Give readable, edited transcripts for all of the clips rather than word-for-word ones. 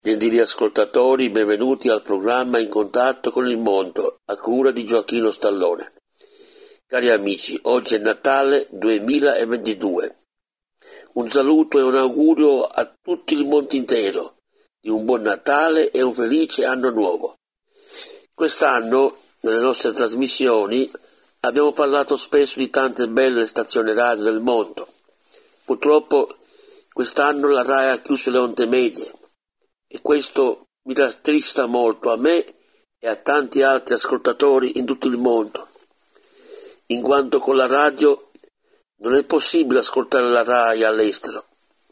Gentili ascoltatori, benvenuti al programma In contatto con il mondo, a cura di Gioacchino Stallone. Cari amici, oggi è Natale 2022. Un saluto e un augurio a tutto il mondo intero di un buon Natale e un felice anno nuovo. Quest'anno, nelle nostre trasmissioni, abbiamo parlato spesso di tante belle stazioni radio del mondo. Purtroppo quest'anno la RAI ha chiuso le onde medie. E questo mi rattrista molto a me e a tanti altri ascoltatori in tutto il mondo, in quanto con la radio non è possibile ascoltare la RAI all'estero.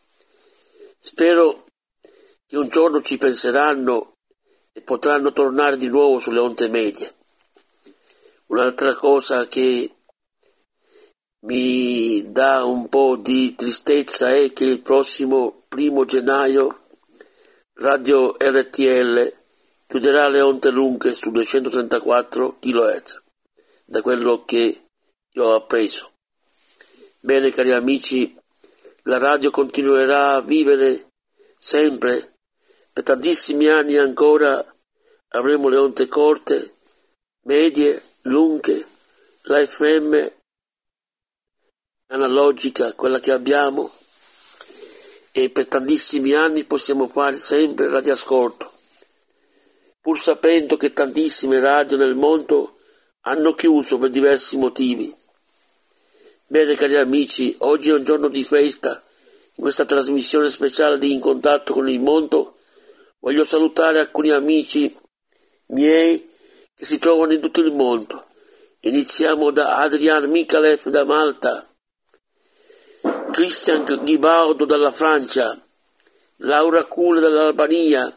Spero che un giorno ci penseranno e potranno tornare di nuovo sulle onde medie. Un'altra cosa che mi dà un po' di tristezza è che il prossimo 1 gennaio Radio RTL chiuderà le onde lunghe su 234 kHz, da quello che io ho appreso. Bene, cari amici, la radio continuerà a vivere sempre, per tantissimi anni ancora avremo le onde corte, medie, lunghe, la FM analogica, quella che abbiamo, e per tantissimi anni possiamo fare sempre radioascolto, pur sapendo che tantissime radio nel mondo hanno chiuso per diversi motivi. Bene, cari amici, oggi è un giorno di festa. In questa trasmissione speciale di In contatto con il mondo voglio salutare alcuni amici miei che si trovano in tutto il mondo. Iniziamo da Adrian Mikalev da Malta, Christian Ghibaudo dalla Francia, Laura Cule dall'Albania.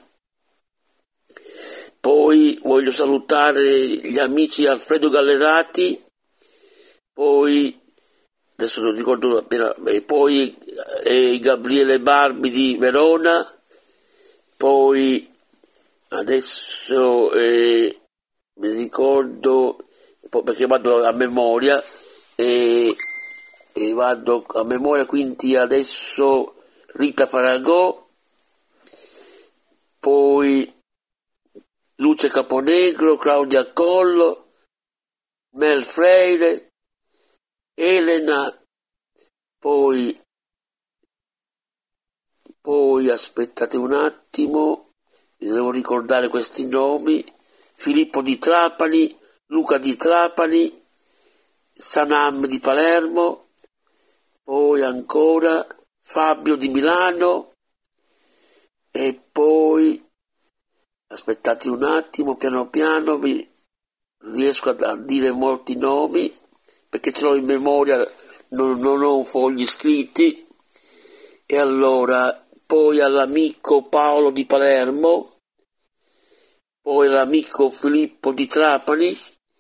Poi voglio salutare gli amici Alfredo Gallerati, poi adesso non ricordo appena, poi Gabriele Barbi di Verona, poi adesso mi ricordo perché vado a memoria e vado a memoria, quindi adesso Rita Faragò, poi Luce Caponegro, Claudia Collo, Mel Freire, Elena, poi aspettate un attimo, mi devo ricordare questi nomi: Filippo di Trapani, Luca di Trapani, Sanam di Palermo, poi ancora Fabio di Milano, e poi aspettate un attimo, piano piano vi riesco a dire molti nomi perché ce l'ho in memoria, non ho fogli scritti. E allora, poi all'amico Paolo di Palermo, poi all'amico Filippo di Trapani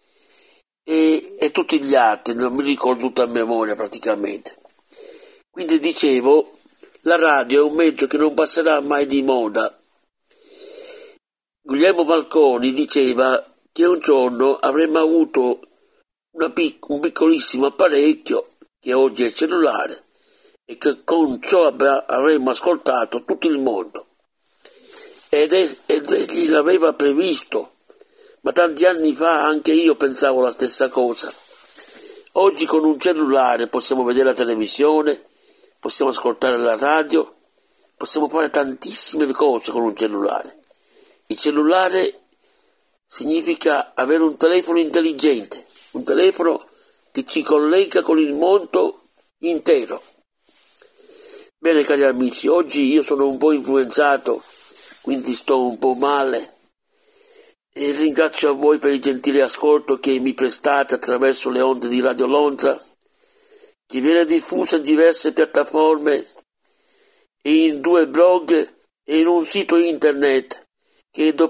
e tutti gli altri, non mi ricordo tutto a memoria praticamente. Quindi dicevo, la radio è un mezzo che non passerà mai di moda. Guglielmo Marconi diceva che un giorno avremmo avuto un piccolissimo apparecchio, che oggi è il cellulare, e che con ciò avremmo ascoltato tutto il mondo. Ed egli l'aveva previsto, ma tanti anni fa anche io pensavo la stessa cosa. Oggi con un cellulare possiamo vedere la televisione, possiamo ascoltare la radio, possiamo fare tantissime cose con un cellulare. Il cellulare significa avere un telefono intelligente, un telefono che ci collega con il mondo intero. Bene, cari amici, oggi io sono un po' influenzato, quindi sto un po' male, e ringrazio a voi per il gentile ascolto che mi prestate attraverso le onde di Radio Londra, che viene diffusa in diverse piattaforme e in 2 blog e in un sito internet che è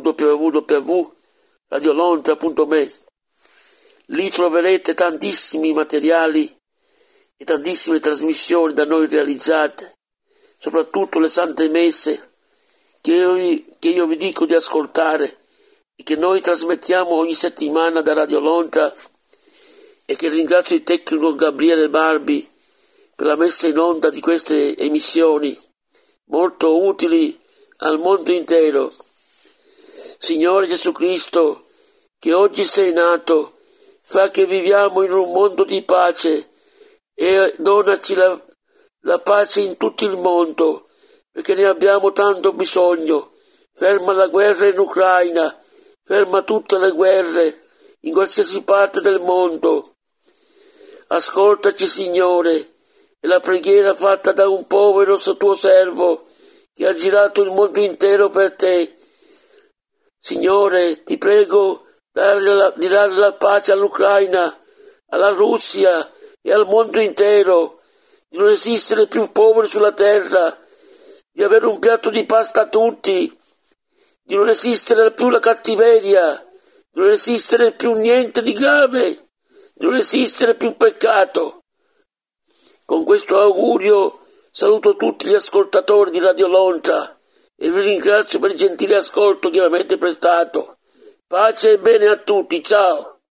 www.radiolondra.me. Lì troverete tantissimi materiali e tantissime trasmissioni da noi realizzate, soprattutto le sante messe che io vi dico di ascoltare e che noi trasmettiamo ogni settimana da Radio Londra, e che ringrazio il tecnico Gabriele Barbi per la messa in onda di queste emissioni molto utili al mondo intero. Signore Gesù Cristo, che oggi sei nato, fa che viviamo in un mondo di pace e donaci la pace in tutto il mondo, perché ne abbiamo tanto bisogno. Ferma la guerra in Ucraina, ferma tutte le guerre in qualsiasi parte del mondo. Ascoltaci, Signore, è la preghiera fatta da un povero tuo servo che ha girato il mondo intero per te. Signore, ti prego di dare la pace all'Ucraina, alla Russia e al mondo intero, di non esistere più poveri sulla terra, di avere un piatto di pasta a tutti, di non esistere più la cattiveria, di non esistere più niente di grave, di non esistere più peccato. Con questo augurio saluto tutti gli ascoltatori di Radio Lontra e vi ringrazio per il gentile ascolto che mi avete prestato. Pace e bene a tutti, ciao!